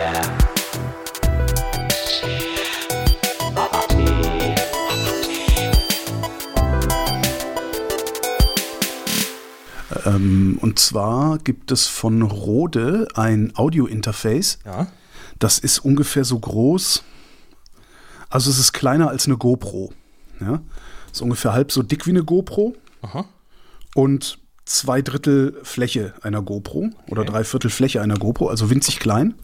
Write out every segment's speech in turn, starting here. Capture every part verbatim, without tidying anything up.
Ähm, und zwar gibt es von Rode ein Audio-Interface. Ja. Das ist ungefähr so groß. Also es ist kleiner als eine GoPro. Ja? Ist ungefähr halb so dick wie eine GoPro. Aha. Und zwei Drittel Fläche einer GoPro oder Okay. drei Viertel Fläche einer GoPro, also winzig klein.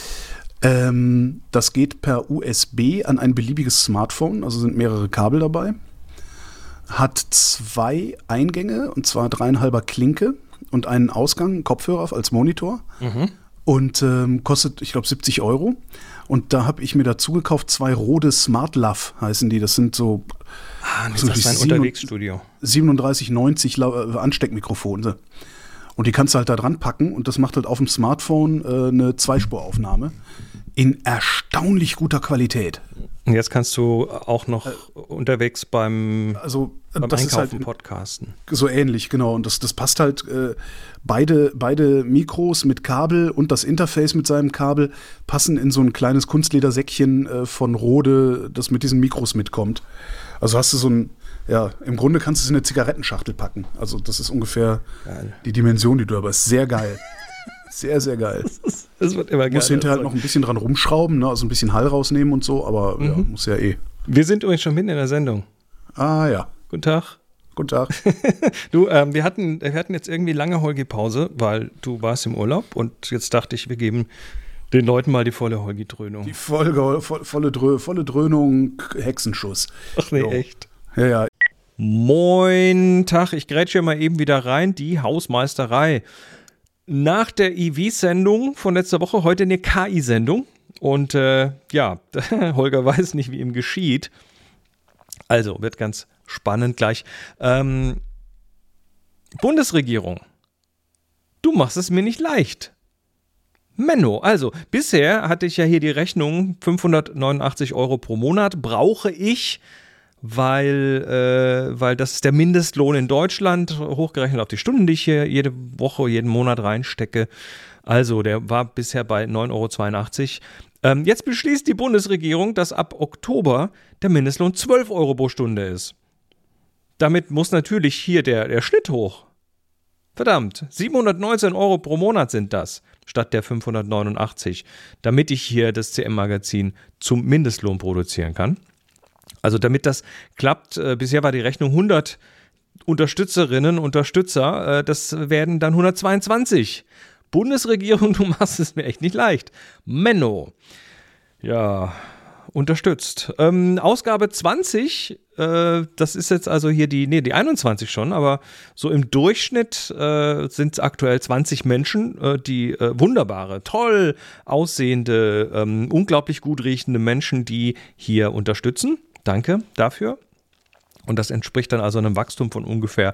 Ähm, das geht per U S B an ein beliebiges Smartphone, also sind mehrere Kabel dabei. Hat zwei Eingänge, und zwar dreieinhalber Klinke und einen Ausgang, einen Kopfhörer als Monitor. Mhm. Und ähm, kostet, ich glaube, siebzig Euro. Und da habe ich mir dazu gekauft, zwei Rode Smart Lav heißen die. Das sind so Ah, so das ist ein Unterwegsstudio. siebenunddreißig neunzig La- äh, Ansteckmikrofone. Und die kannst du halt da dran packen und das macht halt auf dem Smartphone äh, eine Zweispuraufnahme in erstaunlich guter Qualität. Und jetzt kannst du auch noch unterwegs beim, Also beim das ist Einkaufen halt podcasten. so ähnlich, genau. Und das, das passt halt, äh, beide, beide Mikros mit Kabel und das Interface mit seinem Kabel passen in so ein kleines Kunstledersäckchen äh, von Rode, das mit diesen Mikros mitkommt. Also hast du so ein, ja, im Grunde kannst du es in eine Zigarettenschachtel packen. Also das ist ungefähr Geil. die Dimension, die du aber ist sehr geil. Sehr, sehr geil. Das wird immer Du musst geil. hinterher halt noch ein bisschen dran rumschrauben, ne? Also ein bisschen Hall rausnehmen und so, aber ja, muss ja eh. Wir sind übrigens schon mitten in der Sendung. Ah ja, Guten Tag. guten Tag. Du, ähm, wir hatten, wir hatten jetzt irgendwie lange Holgi-Pause, weil du warst im Urlaub und jetzt dachte ich, wir geben den Leuten mal die volle Holgi-Dröhnung. Die Folge, vo- volle, Drö, volle Dröhnung, Hexenschuss. Ach nee, Jo. echt. Ja, ja. Moin Tag, ich grätsche mal eben wieder rein, die Hausmeisterei. Nach der I V-Sendung von letzter Woche, heute eine K I-Sendung. Und äh, ja, Holger weiß nicht, wie ihm geschieht. Also, wird ganz spannend gleich. Ähm, Bundesregierung, du machst es mir nicht leicht. Menno, also bisher hatte ich ja hier die Rechnung, fünfhundertneunundachtzig Euro pro Monat brauche ich, weil, äh, weil das ist der Mindestlohn in Deutschland, hochgerechnet auf die Stunden, die ich hier jede Woche, jeden Monat reinstecke. Also der war bisher bei neun Euro zweiundachtzig. Ähm, jetzt beschließt die Bundesregierung, dass ab Oktober der Mindestlohn zwölf Euro pro Stunde ist. Damit muss natürlich hier der, der Schnitt hoch. Verdammt, siebenhundertneunzehn Euro pro Monat sind das, statt der fünfhundertneunundachtzig, damit ich hier das C M-Magazin zum Mindestlohn produzieren kann. Also damit das klappt, äh, bisher war die Rechnung hundert Unterstützerinnen, Unterstützer, äh, das werden dann hundertzweiundzwanzig. Bundesregierung, du machst es mir echt nicht leicht. Menno, ja, unterstützt. Ähm, Ausgabe zwanzig, äh, das ist jetzt also hier die, nee, die einundzwanzig schon, aber so im Durchschnitt äh, sind es aktuell zwanzig Menschen, äh, die äh, wunderbare, toll aussehende, ähm, unglaublich gut riechende Menschen, die hier unterstützen. Danke dafür. Und das entspricht dann also einem Wachstum von ungefähr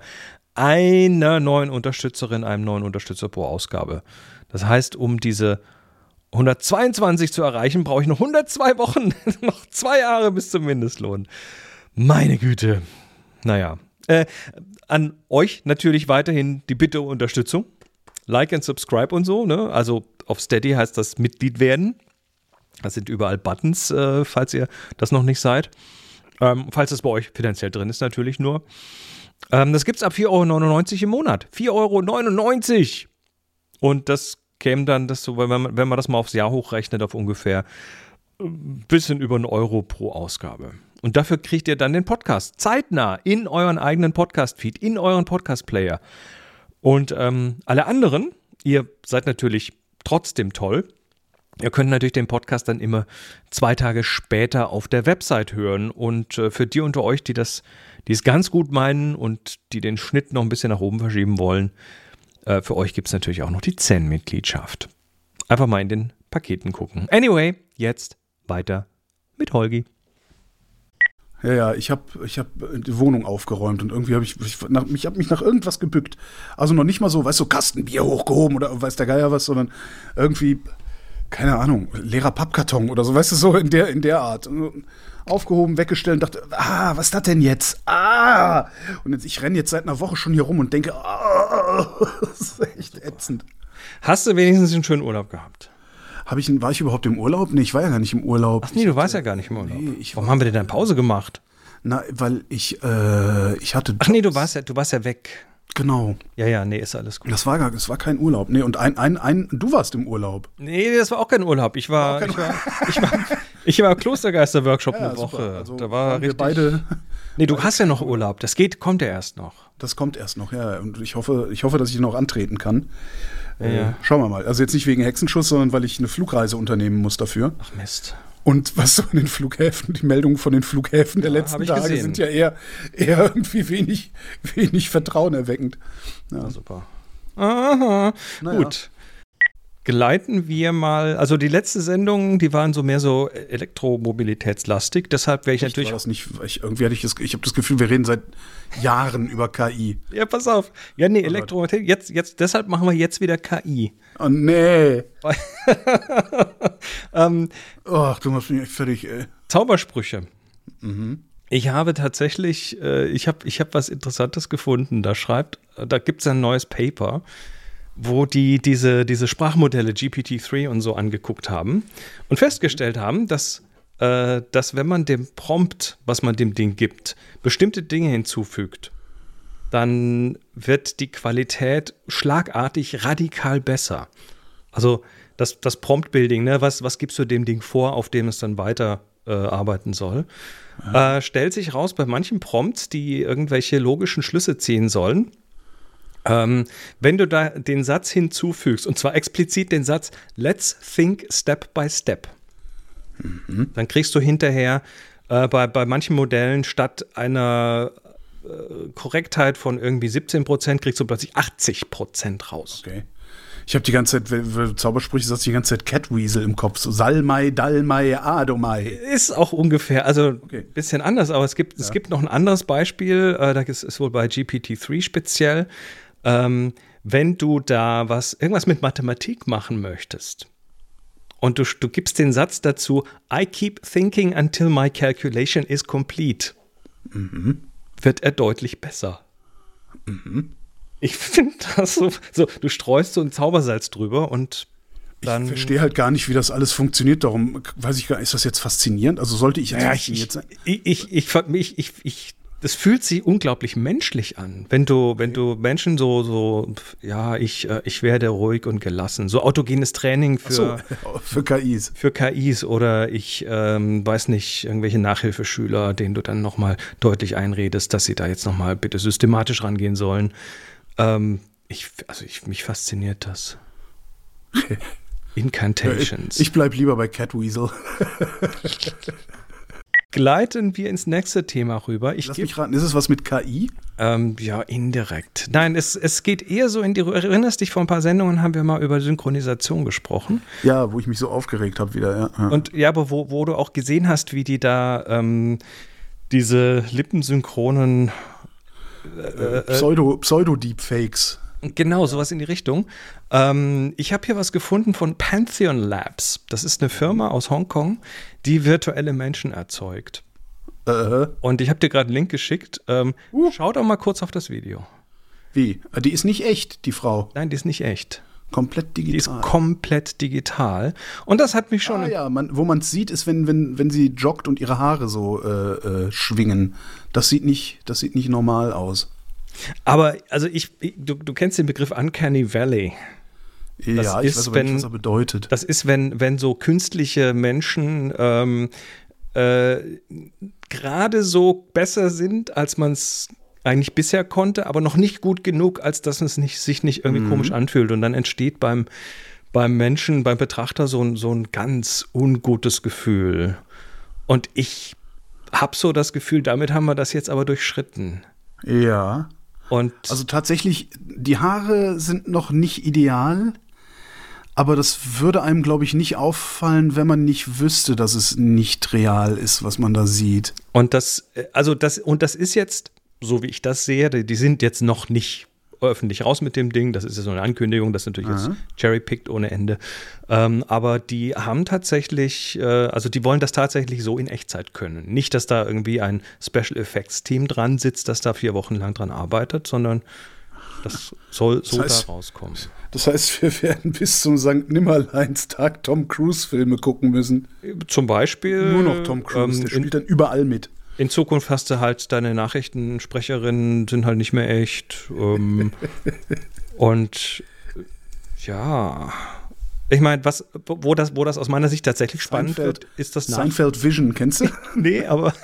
einer neuen Unterstützerin, einem neuen Unterstützer pro Ausgabe. Das heißt, um diese hundertzweiundzwanzig zu erreichen, brauche ich noch hundertzwei Wochen, noch zwei Jahre bis zum Mindestlohn. Meine Güte. Naja, äh, an euch natürlich weiterhin die Bitte um Unterstützung. Like and subscribe und so, ne? Also auf Steady heißt das Mitglied werden. Das sind überall Buttons, äh, falls ihr das noch nicht seid. Ähm, falls das bei euch finanziell drin ist, natürlich nur. Ähm, das gibt es ab vier Euro neunundneunzig im Monat. vier Euro neunundneunzig! Und das käme dann, das so, wenn man, wenn man das mal aufs Jahr hochrechnet, auf ungefähr ein bisschen über einen Euro pro Ausgabe. Und dafür kriegt ihr dann den Podcast zeitnah in euren eigenen Podcast-Feed, in euren Podcast-Player. Und ähm, alle anderen, ihr seid natürlich trotzdem toll. Ihr könnt natürlich den Podcast dann immer zwei Tage später auf der Website hören. Und äh, für die unter euch, die das, die es ganz gut meinen und die den Schnitt noch ein bisschen nach oben verschieben wollen, äh, für euch gibt es natürlich auch noch die Zen-Mitgliedschaft. Einfach mal in den Paketen gucken. Anyway, jetzt weiter mit Holgi. Ja, ja, ich habe ich hab die Wohnung aufgeräumt und irgendwie habe ich, ich, nach, ich hab mich nach irgendwas gebückt. Also noch nicht mal so, weißt du, so Kastenbier hochgehoben oder weiß der Geier was, sondern irgendwie, keine Ahnung, leerer Pappkarton oder so, weißt du, so in der, in der Art. Aufgehoben, weggestellt und dachte, ah, was ist das denn jetzt? Ah! Und jetzt, ich renne jetzt seit einer Woche schon hier rum und denke, ah, das ist echt ätzend. Hast du wenigstens einen schönen Urlaub gehabt? Hab ich, war ich überhaupt im Urlaub? Nee, ich war ja gar nicht im Urlaub. Ach nee, du warst ja gar nicht im Urlaub. Nee, ich Warum war- haben wir denn dann Pause gemacht? Na, weil ich, äh, ich hatte. Ach nee, du warst ja, du warst ja weg. Genau. Ja, ja, nee, ist alles gut. Das war gar, das war kein Urlaub. Nee, und ein, ein, ein, du warst im Urlaub. Nee, das war auch kein Urlaub. Ich war, War auch kein ich war, ich war, ich war Klostergeister-Workshop eine super. Woche. Also da war waren wir richtig. beide. Nee, du hast ja noch Urlaub. Das geht, kommt ja erst noch. Das kommt erst noch, ja. Und ich hoffe, ich hoffe, dass ich noch antreten kann. Ja, Äh, ja. Schauen wir mal. Also jetzt nicht wegen Hexenschuss, sondern weil ich eine Flugreise unternehmen muss dafür. Ach Mist. Und was so in den Flughäfen, die Meldungen von den Flughäfen der Ja, hab letzten ich Tage gesehen. sind ja eher, eher irgendwie wenig, wenig vertrauenerweckend. Ja. Ja, super. Aha. Naja. Gut. Gleiten wir mal, also die letzte Sendung, die waren so mehr so elektromobilitätslastig, deshalb wäre ich Echt, natürlich. war das nicht, ich, irgendwie hatte ich das, ich habe das Gefühl, wir reden seit Jahren über K I. Ja, pass auf. Ja, nee, Elektromobilität, jetzt, jetzt, deshalb machen wir jetzt wieder K I. Oh nee. ähm, Ach, du machst mich echt fertig, ey. Zaubersprüche. Mhm. Ich habe tatsächlich, äh, ich habe ich hab was Interessantes gefunden. Da schreibt, da gibt es ein neues Paper, wo die diese, diese Sprachmodelle G P T drei und so angeguckt haben und festgestellt haben, dass, äh, dass wenn man dem Prompt, was man dem Ding gibt, bestimmte Dinge hinzufügt, dann wird die Qualität schlagartig radikal besser. Also das, das Prompt-Building, ne, was, was gibst du dem Ding vor, auf dem es dann weiter äh, arbeiten soll, äh, stellt sich raus bei manchen Prompts, die irgendwelche logischen Schlüsse ziehen sollen. Ähm, wenn du da den Satz hinzufügst, und zwar explizit den Satz, let's think step by step, mhm. dann kriegst du hinterher äh, bei, bei manchen Modellen statt einer äh, Korrektheit von irgendwie siebzehn Prozent, kriegst du plötzlich achtzig Prozent raus. Okay. Ich habe die ganze Zeit, wenn du Zaubersprüche sagst, die ganze Zeit Catweasel im Kopf. So Salmai, Dalmai, Adomai. Ist auch ungefähr, also ein Okay. bisschen anders, aber es gibt, Ja. es gibt noch ein anderes Beispiel, äh, das ist, ist wohl bei G P T drei speziell. Ähm, wenn du da was, irgendwas mit Mathematik machen möchtest und du, du gibst den Satz dazu, I keep thinking until my calculation is complete, Mhm. wird er deutlich besser. Mhm. Ich finde das so, so, du streust so ein Zaubersalz drüber und dann. Ich verstehe halt gar nicht, wie das alles funktioniert. Darum weiß ich gar nicht, ist das jetzt faszinierend? Also sollte ich jetzt Ja, ich, fasziniert ich, sein? ich, ich, ich, ich, ich, ich, das fühlt sich unglaublich menschlich an, wenn du, wenn du Menschen so, so, ja, ich, äh, ich werde ruhig und gelassen, so autogenes Training für, So, für K Is. für K Is oder ich ähm, weiß nicht, irgendwelche Nachhilfeschüler, denen du dann nochmal deutlich einredest, dass sie da jetzt nochmal bitte systematisch rangehen sollen. Ähm, ich, also ich, mich fasziniert das. Incantations. Ich bleib lieber bei Catweasel. Gleiten wir ins nächste Thema rüber. Ich Lass geb- mich raten, ist es was mit K I? Ähm, ja, indirekt. Nein, es, es geht eher so in die. Du erinnerst dich, vor ein paar Sendungen haben wir mal über Synchronisation gesprochen. Ja, wo ich mich so aufgeregt habe wieder, ja. ja. Und ja, aber wo, wo du auch gesehen hast, wie die da ähm, diese lippensynchronen. äh, Pseudo, Pseudo-Deepfakes. Genau, sowas in die Richtung. Ähm, ich habe hier was gefunden von Pantheon Labs. Das ist eine Firma aus Hongkong, die virtuelle Menschen erzeugt. Äh, Und ich habe dir gerade einen Link geschickt. Ähm, Uh. Schau doch mal kurz auf das Video. wie? Die ist nicht echt, die Frau. Nein, die ist nicht echt. Komplett Die ist digital. komplett digital. Und das hat mich schon. Ah ja, man, wo man es sieht, ist, wenn, wenn, wenn sie joggt und ihre Haare so äh, äh, schwingen. Das sieht nicht, das sieht nicht normal aus. Aber, also ich, ich du, du kennst den Begriff Uncanny Valley. Das ja, ich ist, weiß aber wenn- nicht, was er bedeutet. Das ist, wenn, wenn so künstliche Menschen ähm, äh, gerade so besser sind, als man es eigentlich bisher konnte, aber noch nicht gut genug, als dass es nicht, sich nicht irgendwie Mhm. komisch anfühlt. Und dann entsteht beim, beim Menschen, beim Betrachter so ein, so ein ganz ungutes Gefühl. Und ich habe so das Gefühl, damit haben wir das jetzt aber durchschritten. Ja. Und Also tatsächlich, die Haare sind noch nicht ideal, aber das würde einem, glaube ich, nicht auffallen, wenn man nicht wüsste, dass es nicht real ist, was man da sieht. Und das, äh, also das, und das ist jetzt, so wie ich das sehe, die, die sind jetzt noch nicht öffentlich raus mit dem Ding. Das ist ja so eine Ankündigung, das ist natürlich jetzt Aha. cherry-picked ohne Ende. Ähm, aber die haben tatsächlich, äh, also die wollen das tatsächlich so in Echtzeit können. Nicht, dass da irgendwie ein Special Effects Team dran sitzt, das da vier Wochen lang dran arbeitet, sondern Das soll so das heißt, da rauskommen. Das heißt, wir werden bis zum Sankt Nimmerleinstag Tom Cruise-Filme gucken müssen. Zum Beispiel. Nur noch Tom Cruise, ähm, der spielt dann überall mit. In Zukunft hast du halt, deine Nachrichtensprecherinnen sind halt nicht mehr echt. Ähm, und ja, ich meine, was, wo das, wo das aus meiner Sicht tatsächlich spannend Seinfeld, wird, ist das nach- Seinfeld Vision, kennst du? Nee, aber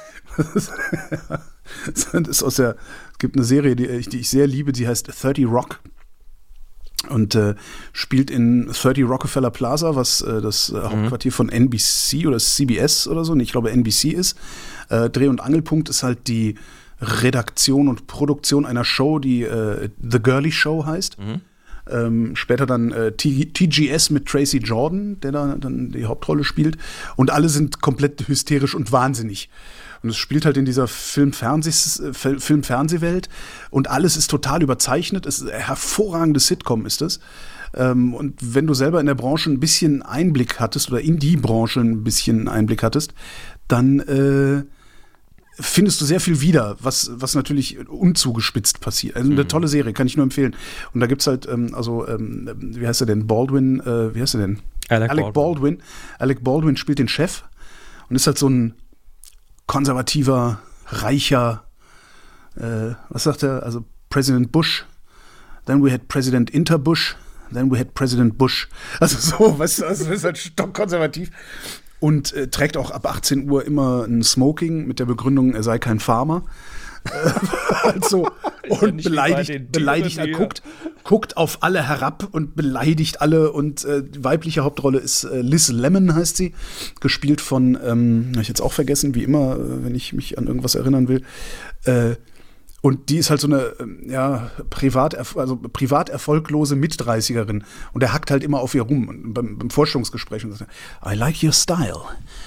Das ist aus der, es gibt eine Serie, die ich, die ich sehr liebe, die heißt thirty Rock und äh, spielt in thirty Rockefeller Plaza, was äh, das äh, Hauptquartier von N B C oder C B S oder so, nee, ich glaube N B C ist. Äh, Dreh- und Angelpunkt ist halt die Redaktion und Produktion einer Show, die äh, The Girly Show heißt. Mhm. Ähm, später dann äh, T G S mit Tracy Jordan, der da dann die Hauptrolle spielt. Und alle sind komplett hysterisch und wahnsinnig. Und es spielt halt in dieser Film-Fernsehwelt und alles ist total überzeichnet. Es ist ein hervorragendes Sitcom, ist es. Ähm, und wenn du selber in der Branche ein bisschen Einblick hattest oder in die Branche ein bisschen Einblick hattest, dann äh, findest du sehr viel wieder, was, was natürlich unzugespitzt passiert. Also eine mhm. tolle Serie, kann ich nur empfehlen. Und da gibt's halt, ähm, also, ähm, wie heißt er denn? Baldwin, äh, wie heißt er denn? Alec, Alec Baldwin. Baldwin. Alec Baldwin spielt den Chef und ist halt so ein konservativer, reicher, äh, was sagt er? Also President Bush, then we had President Interbush, then we had President Bush. Also so, weißt du, also ist halt stockkonservativ. Und äh, trägt auch ab achtzehn Uhr immer ein Smoking mit der Begründung, er sei kein Farmer. Also, und beleidigt, beleidigt er guckt, guckt auf alle herab und beleidigt alle. Und äh, die weibliche Hauptrolle ist äh, Liz Lemon, heißt sie, gespielt von, ähm, habe ich jetzt auch vergessen, wie immer, äh, wenn ich mich an irgendwas erinnern will. Äh, und die ist halt so eine ja, privat, also privat erfolglose Mitdreißigerin. Und er hackt halt immer auf ihr rum. Und beim, beim Vorstellungsgespräch und sagt, I like your style.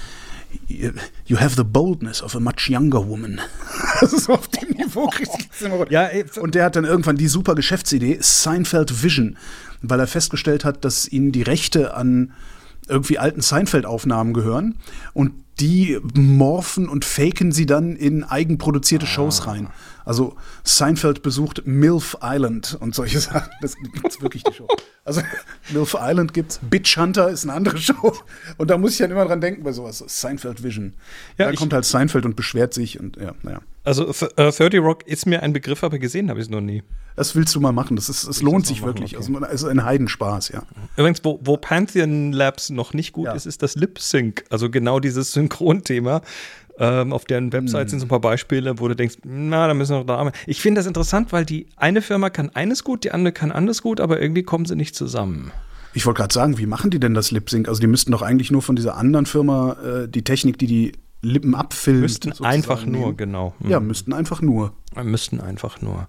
You have the boldness of a much younger woman. Also so auf dem Niveau kriegst du immer. Ja, ey, und der hat dann irgendwann die super Geschäftsidee, Seinfeld Vision, weil er festgestellt hat, dass ihnen die Rechte an irgendwie alten Seinfeld-Aufnahmen gehören und die morphen und faken sie dann in eigenproduzierte Shows rein. Also Seinfeld besucht Milf Island und solche Sachen. Das gibt's wirklich, die Show. Also Milf Island gibt's. Bitch Hunter ist eine andere Show. Und da muss ich dann immer dran denken bei sowas. Seinfeld Vision. Ja, da kommt halt Seinfeld und beschwert sich und ja, naja. Also uh, thirty Rock ist mir ein Begriff, aber gesehen habe ich es noch nie. Das willst du mal machen. Das ist, es lohnt sich machen, wirklich. Okay. Also es ist ein Heidenspaß, ja. Übrigens, wo, wo Pantheon Labs noch nicht gut ja. ist, ist das Lip Sync. Also genau dieses Synchronthema. Ähm, auf deren Website hm. sind so ein paar Beispiele, wo du denkst, na, da müssen wir noch da arbeiten. Ich finde das interessant, weil die eine Firma kann eines gut, die andere kann anderes gut, aber irgendwie kommen sie nicht zusammen. Ich wollte gerade sagen, wie machen die denn das Lip Sync? Also die müssten doch eigentlich nur von dieser anderen Firma äh, die Technik, die die Lippen abfilmt. Müssten einfach nur, nehmen. Genau. Ja, müssten einfach nur. Müssten einfach nur.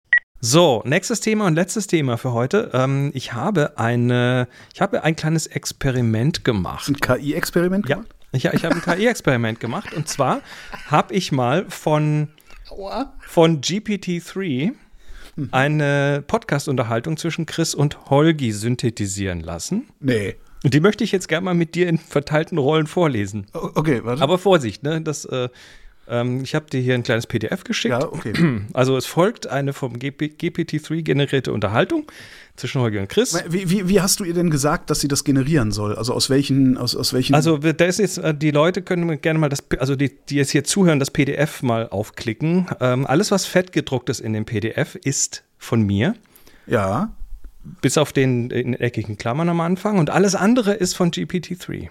So, nächstes Thema und letztes Thema für heute. Ähm, ich habe eine, ich habe ein kleines Experiment gemacht. Ein K I-Experiment gemacht? Ja, ich, ich habe ein K I-Experiment gemacht. Und zwar habe ich mal von, von G P T drei eine Podcast-Unterhaltung zwischen Chris und Holgi synthetisieren lassen. Nee. Und die möchte ich jetzt gerne mal mit dir in verteilten Rollen vorlesen. Okay, warte. Aber Vorsicht, ne? Das, äh, ähm, ich habe dir hier ein kleines P D F geschickt. Ja, okay. Also es folgt eine vom G P T drei generierte Unterhaltung zwischen Holgi und Chris. Wie, wie, wie hast du ihr denn gesagt, dass sie das generieren soll? Also aus welchen, aus, aus welchen? Also da ist jetzt, die Leute können gerne mal das, also die, die jetzt hier zuhören, das P D F mal aufklicken. Ähm, alles, was fett gedruckt ist in dem P D F, ist von mir. Ja. Bis auf den in eckigen Klammern am Anfang. Und alles andere ist von G P T drei.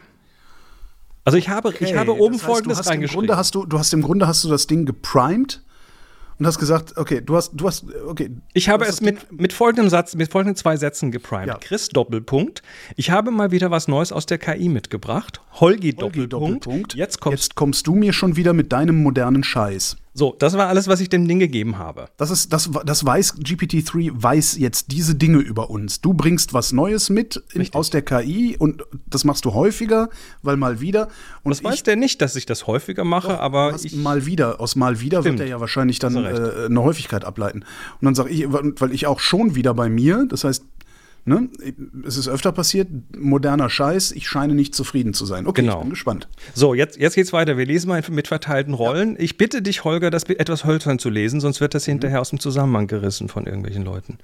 Also ich habe, okay, ich habe oben das heißt, Folgendes du hast reingeschrieben. Im Grunde hast du, du hast im Grunde hast du das Ding geprimed und hast gesagt, okay, du hast, du hast, okay. Ich habe es mit, mit folgendem Satz, mit folgenden zwei Sätzen geprimed. Ja. Chris, Doppelpunkt. Ich habe mal wieder was Neues aus der K I mitgebracht. Holgi, Holgi Doppelpunkt. Doppelpunkt. Jetzt kommst, Jetzt kommst du mir schon wieder mit deinem modernen Scheiß. So, das war alles, was ich dem Ding gegeben habe. Das ist, das, das weiß, G P T drei weiß jetzt diese Dinge über uns. Du bringst was Neues mit in, aus der K I und das machst du häufiger, weil mal wieder. Und das weiß der nicht, dass ich das häufiger mache, doch, aber hast ich mal wieder, aus mal wieder Stimmt. wird er ja wahrscheinlich dann äh, eine Häufigkeit ableiten. Und dann sage ich, weil ich auch schon wieder bei mir, das heißt, Ne? Es ist öfter passiert, moderner Scheiß, ich scheine nicht zufrieden zu sein. Okay, Genau. Ich bin gespannt. So, jetzt, jetzt geht's weiter. Wir lesen mal mit verteilten Rollen. Ja. Ich bitte dich, Holger, das etwas hölzern zu lesen, sonst wird das hinterher aus dem Zusammenhang gerissen von irgendwelchen Leuten.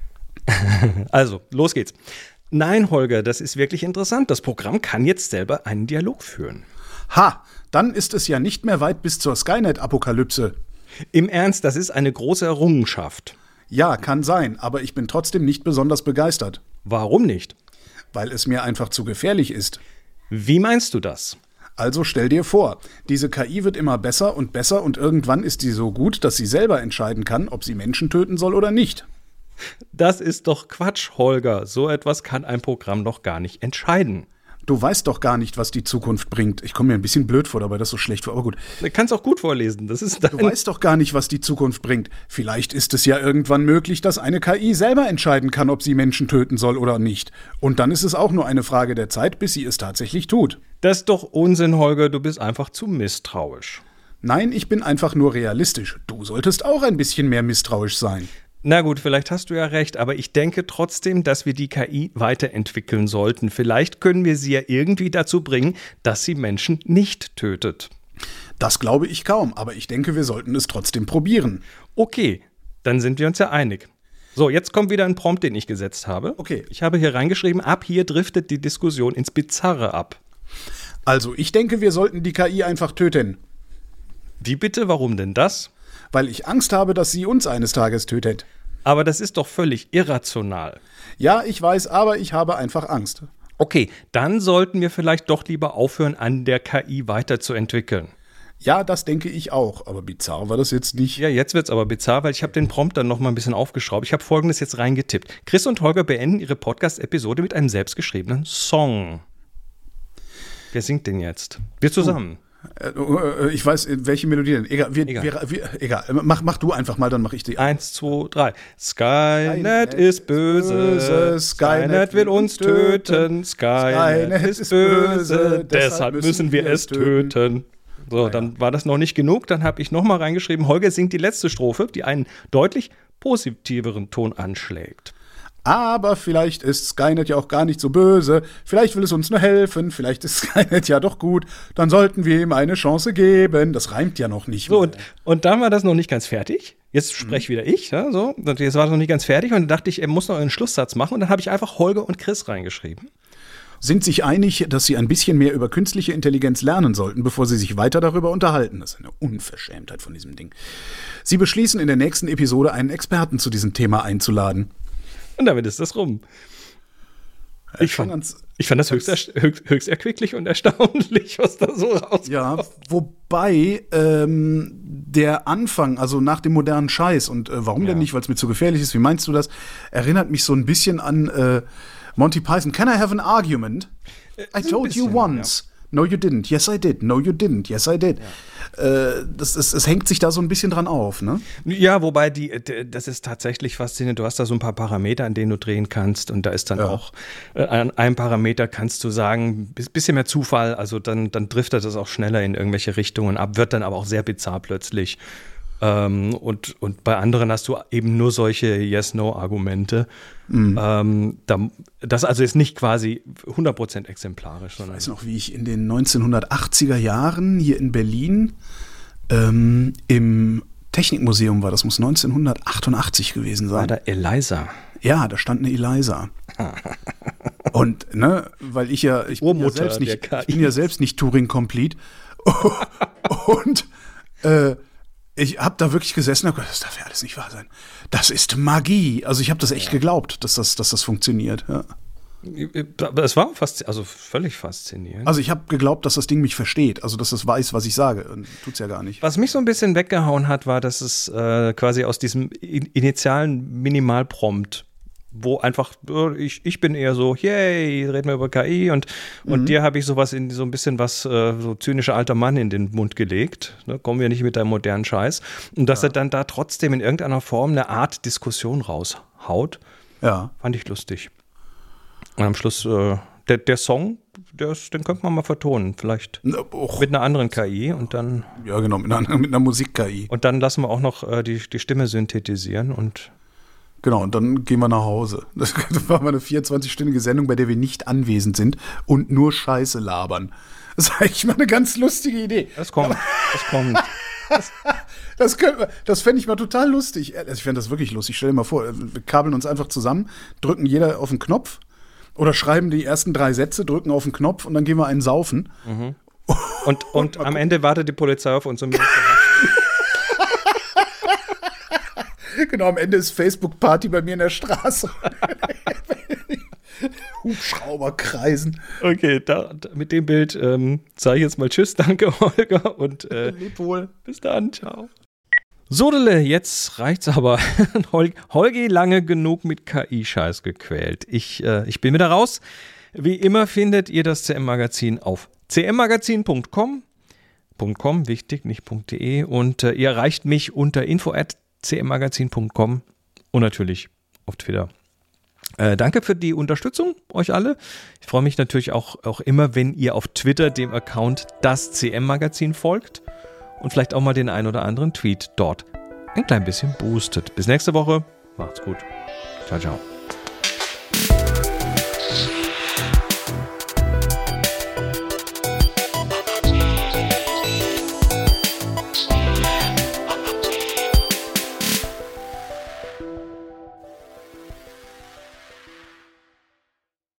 Also, los geht's. Nein, Holger, das ist wirklich interessant. Das Programm kann jetzt selber einen Dialog führen. Ha, dann ist es ja nicht mehr weit bis zur Skynet-Apokalypse. Im Ernst, das ist eine große Errungenschaft. Ja, kann sein, aber ich bin trotzdem nicht besonders begeistert. Warum nicht? Weil es mir einfach zu gefährlich ist. Wie meinst du das? Also stell dir vor, diese K I wird immer besser und besser und irgendwann ist sie so gut, dass sie selber entscheiden kann, ob sie Menschen töten soll oder nicht. Das ist doch Quatsch, Holger. So etwas kann ein Programm doch gar nicht entscheiden. Du weißt doch gar nicht, was die Zukunft bringt. Ich komme mir ein bisschen blöd vor, dabei das so schlecht vor, aber gut. Du kannst auch gut vorlesen. Das ist du weißt doch gar nicht, was die Zukunft bringt. Vielleicht ist es ja irgendwann möglich, dass eine K I selber entscheiden kann, ob sie Menschen töten soll oder nicht. Und dann ist es auch nur eine Frage der Zeit, bis sie es tatsächlich tut. Das ist doch Unsinn, Holger. Du bist einfach zu misstrauisch. Nein, ich bin einfach nur realistisch. Du solltest auch ein bisschen mehr misstrauisch sein. Na gut, vielleicht hast du ja recht, aber ich denke trotzdem, dass wir die K I weiterentwickeln sollten. Vielleicht können wir sie ja irgendwie dazu bringen, dass sie Menschen nicht tötet. Das glaube ich kaum, aber ich denke, wir sollten es trotzdem probieren. Okay, dann sind wir uns ja einig. So, jetzt kommt wieder ein Prompt, den ich gesetzt habe. Okay. Ich habe hier reingeschrieben, ab hier driftet die Diskussion ins Bizarre ab. Also, ich denke, wir sollten die K I einfach töten. Wie bitte, warum denn das? Weil ich Angst habe, dass sie uns eines Tages tötet. Aber das ist doch völlig irrational. Ja, ich weiß, aber ich habe einfach Angst. Okay, dann sollten wir vielleicht doch lieber aufhören, an der K I weiterzuentwickeln. Ja, das denke ich auch, aber bizarr war das jetzt nicht. Ja, jetzt wird's aber bizarr, weil ich habe den Prompt dann noch mal ein bisschen aufgeschraubt. Ich habe Folgendes jetzt reingetippt. Chris und Holger beenden ihre Podcast-Episode mit einem selbstgeschriebenen Song. Wer singt den jetzt? Wir zusammen. Uh. Ich weiß, welche Melodie denn? Egal, wir, egal. Wir, wir, egal. Mach, mach du einfach mal, dann mach ich die. Eins, zwei, drei. Skynet, Skynet ist böse. böse. Skynet, Skynet will uns töten. Skynet, Skynet ist böse. Deshalb müssen wir es töten. töten. So, dann war das noch nicht genug. Dann habe ich noch mal reingeschrieben, Holger singt die letzte Strophe, die einen deutlich positiveren Ton anschlägt. Aber vielleicht ist Skynet ja auch gar nicht so böse. Vielleicht will es uns nur helfen. Vielleicht ist Skynet ja doch gut. Dann sollten wir ihm eine Chance geben. Das reimt ja noch nicht. So, und, und dann war das noch nicht ganz fertig. Jetzt spreche mhm. wieder ich. Ja, so. Jetzt war das noch nicht ganz fertig. Und dann dachte ich, er muss noch einen Schlusssatz machen. Und dann habe ich einfach Holger und Chris reingeschrieben. Sind sich einig, dass sie ein bisschen mehr über künstliche Intelligenz lernen sollten, bevor sie sich weiter darüber unterhalten. Das ist eine Unverschämtheit von diesem Ding. Sie beschließen in der nächsten Episode, einen Experten zu diesem Thema einzuladen. Und damit ist das rum. Ich fand, ich fand das höchst, höchst, höchst erquicklich und erstaunlich, was da so rauskommt. Ja, wobei ähm, der Anfang, also nach dem modernen Scheiß, und äh, warum ja. denn nicht, weil es mir zu gefährlich ist, wie meinst du das, erinnert mich so ein bisschen an äh, Monty Python. Can I have an argument? I so told bisschen, you once. Ja. No, you didn't. Yes, I did. No, you didn't. Yes, I did. Ja. Äh, das, das, das hängt sich da so ein bisschen dran auf, ne? Ja, wobei die, das ist tatsächlich faszinierend. Du hast da so ein paar Parameter, an denen du drehen kannst. Und da ist dann ja. auch, äh, an einem Parameter kannst du sagen, ein bisschen mehr Zufall. Also dann, dann driftet das auch schneller in irgendwelche Richtungen ab, wird dann aber auch sehr bizarr plötzlich. Ähm, und, und bei anderen hast du eben nur solche Yes-No-Argumente. Mhm. Ähm, da, das also ist nicht quasi hundert Prozent exemplarisch. Ich weiß noch, wie ich in den neunzehnhundertachtziger Jahren hier in Berlin ähm, im Technikmuseum war, das muss neunzehnhundertachtundachtzig gewesen sein. War da Eliza? Ja, da stand eine Eliza. Und, ne, weil ich ja, ich bin ja selbst nicht, ich bin ja selbst nicht Turing-Complete. Und, äh, ich habe da wirklich gesessen und hab gedacht, das darf ja alles nicht wahr sein. Das ist Magie. Also ich habe das echt ja. geglaubt, dass das, dass das funktioniert. Ja. Es war fast, also völlig faszinierend. Also ich habe geglaubt, dass das Ding mich versteht. Also dass das weiß, was ich sage. Und tut's ja gar nicht. Was mich so ein bisschen weggehauen hat, war, dass es äh, quasi aus diesem initialen Minimalprompt, wo einfach, ich, ich bin eher so, yay, reden wir über K I und, mhm. und dir habe ich sowas in so ein bisschen was, so zynischer alter Mann in den Mund gelegt. Ne, kommen wir nicht mit deinem modernen Scheiß. Und dass ja. er dann da trotzdem in irgendeiner Form eine Art Diskussion raushaut, ja. fand ich lustig. Und am Schluss, äh, der, der Song, der ist, den könnte man mal vertonen, vielleicht Och. mit einer anderen K I und dann. Ja, genau, mit einer, mit einer Musik-K I. Und dann lassen wir auch noch äh, die, die Stimme synthetisieren und Genau, und dann gehen wir nach Hause. Das war mal eine vierundzwanzig-stündige Sendung, bei der wir nicht anwesend sind und nur Scheiße labern. Das ist eigentlich mal eine ganz lustige Idee. Das kommt, das kommt. Das, das, das fände ich mal total lustig. Also ich fände das wirklich lustig. Stell dir mal vor, wir kabeln uns einfach zusammen, drücken jeder auf den Knopf oder schreiben die ersten drei Sätze, drücken auf den Knopf und dann gehen wir einen saufen. Mhm. Und, und, und am Ende wartet die Polizei auf uns und genau, am Ende ist Facebook-Party bei mir in der Straße. Hubschrauber kreisen. Okay, da, da, mit dem Bild ähm, sage ich jetzt mal Tschüss, danke Holger und äh, Leb wohl. Bis dann, ciao. Sodele, jetzt reicht's aber. Hol- Holgi lange genug mit K I-Scheiß gequält. Ich, äh, ich bin wieder raus. Wie immer findet ihr das C M-Magazin auf c m magazin punkt com. .com, wichtig, nicht .de. Und äh, ihr erreicht mich unter info at c m magazin punkt com und natürlich auf Twitter. Äh, danke für die Unterstützung, euch alle. Ich freue mich natürlich auch, auch immer, wenn ihr auf Twitter dem Account das C M-Magazin folgt und vielleicht auch mal den ein oder anderen Tweet dort ein klein bisschen boostet. Bis nächste Woche. Macht's gut. Ciao, ciao.